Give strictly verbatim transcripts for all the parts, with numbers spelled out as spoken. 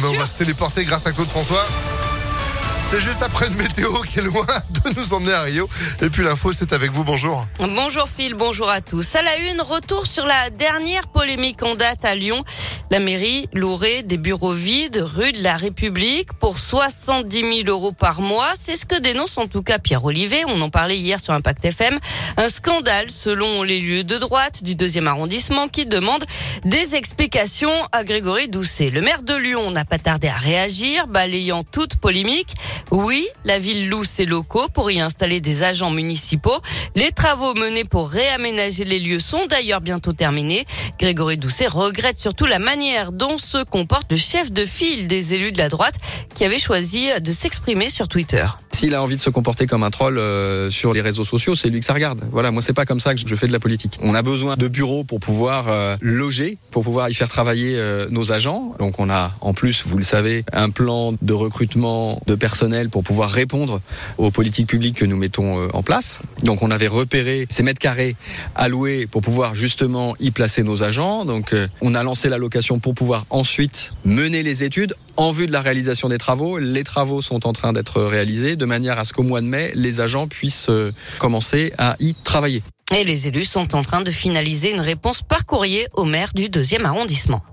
ben, sûr. On va se téléporter grâce à Claude François. C'est juste après une météo qui est loin de nous emmener à Rio. Et puis l'info, c'est avec vous. Bonjour. Bonjour Phil, bonjour à tous. À la une, retour sur la dernière polémique en date à Lyon. La mairie louerait des bureaux vides rue de la République pour soixante-dix mille euros par mois. C'est ce que dénonce en tout cas Pierre Olivet. On en parlait hier sur Impact F M. Un scandale selon les lieux de droite du deuxième arrondissement qui demande des explications à Grégory Doucet. Le maire de Lyon n'a pas tardé à réagir, balayant toute polémique. Oui, la ville loue ses locaux pour y installer des agents municipaux. Les travaux menés pour réaménager les lieux sont d'ailleurs bientôt terminés. Grégory Doucet regrette surtout la manière dont se comporte le chef de file des élus de la droite qui avait choisi de s'exprimer sur Twitter. S'il a envie de se comporter comme un troll euh, sur les réseaux sociaux, c'est lui que ça regarde. Voilà, moi c'est pas comme ça que je fais de la politique. On a besoin de bureaux pour pouvoir euh, loger, pour pouvoir y faire travailler euh, nos agents. Donc on a en plus, vous le savez, un plan de recrutement de personnel pour pouvoir répondre aux politiques publiques que nous mettons euh, en place. Donc on avait repéré ces mètres carrés alloués pour pouvoir justement y placer nos agents. Donc euh, on a lancé la location pour pouvoir ensuite mener les études en vue de la réalisation des travaux. Les travaux sont en train d'être réalisés de manière à ce qu'au mois de mai, les agents puissent commencer à y travailler. Et les élus sont en train de finaliser une réponse par courrier au maire du deuxième arrondissement.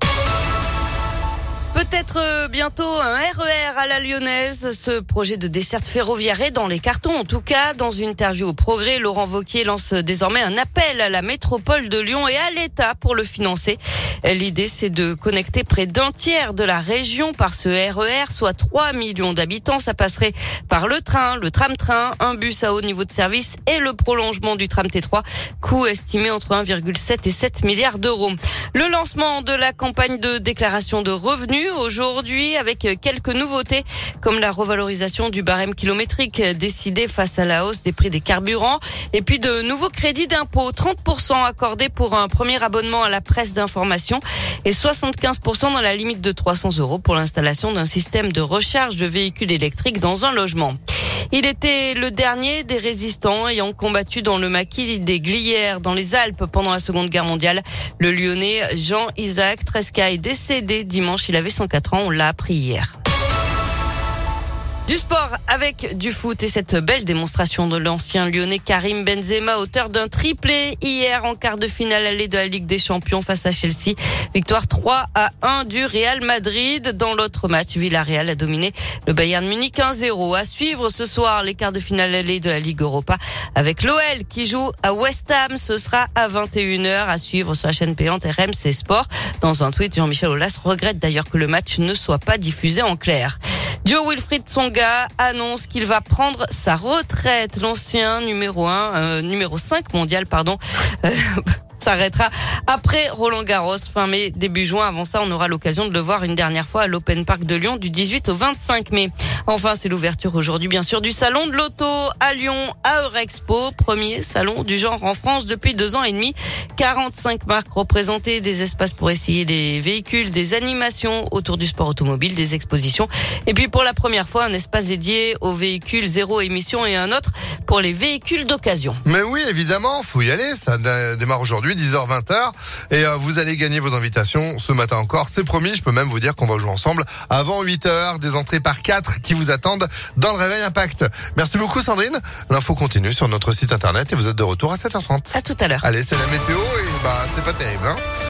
Peut-être bientôt un R E R à la lyonnaise. Ce projet de desserte ferroviaire est dans les cartons. En tout cas, dans une interview au Progrès, Laurent Wauquiez lance désormais un appel à la métropole de Lyon et à l'État pour le financer. L'idée, c'est de connecter près d'un tiers de la région par ce R E R, soit trois millions d'habitants. Ça passerait par le train, le tram-train, un bus à haut niveau de service et le prolongement du tram T trois. Coût estimé entre un virgule sept et sept milliards d'euros. Le lancement de la campagne de déclaration de revenus aujourd'hui avec quelques nouveautés comme la revalorisation du barème kilométrique décidée face à la hausse des prix des carburants et puis de nouveaux crédits d'impôt, trente pour cent accordés pour un premier abonnement à la presse d'information et soixante-quinze pour cent dans la limite de trois cents euros pour l'installation d'un système de recharge de véhicules électriques dans un logement. Il était le dernier des résistants ayant combattu dans le maquis des Glières, dans les Alpes, pendant la Seconde Guerre mondiale. Le Lyonnais Jean-Isaac Tresca est décédé dimanche. Il avait cent quatre ans, on l'a appris hier. Du sport avec du foot et cette belle démonstration de l'ancien Lyonnais Karim Benzema, auteur d'un triplé hier en quart de finale allée de la Ligue des Champions face à Chelsea. Victoire trois à un du Real Madrid. Dans l'autre match, Villarreal a dominé le Bayern Munich un zéro. À suivre ce soir les quarts de finale allée de la Ligue Europa avec l'O L qui joue à West Ham. Ce sera à vingt et une heures à suivre sur la chaîne payante R M C Sport. Dans un tweet, Jean-Michel Aulas regrette d'ailleurs que le match ne soit pas diffusé en clair. Joe Wilfried Tsonga annonce qu'il va prendre sa retraite. L'ancien numéro un, euh, numéro cinq mondial, pardon, euh, s'arrêtera après Roland Garros fin mai, début juin. Avant ça, on aura l'occasion de le voir une dernière fois à l'Open Park de Lyon du dix-huit au vingt-cinq mai. Enfin, c'est l'ouverture aujourd'hui, bien sûr, du salon de l'auto à Lyon, à Eurexpo. Premier salon du genre en France depuis deux ans et demi. quarante-cinq marques représentées, des espaces pour essayer les véhicules, des animations autour du sport automobile, des expositions. Et puis, pour la première fois, un espace dédié aux véhicules zéro émission et un autre pour les véhicules d'occasion. Mais oui, évidemment, faut y aller. Ça démarre aujourd'hui, dix heures vingt heures. Et euh, vous allez gagner vos invitations ce matin encore. C'est promis, je peux même vous dire qu'on va jouer ensemble avant huit heures. Des entrées par quatre qui vous attendent dans le Réveil Impact. Merci beaucoup Sandrine. L'info continue sur notre site internet et vous êtes de retour à sept heures trente. À tout à l'heure. Allez, c'est la météo et bah c'est pas terrible, hein.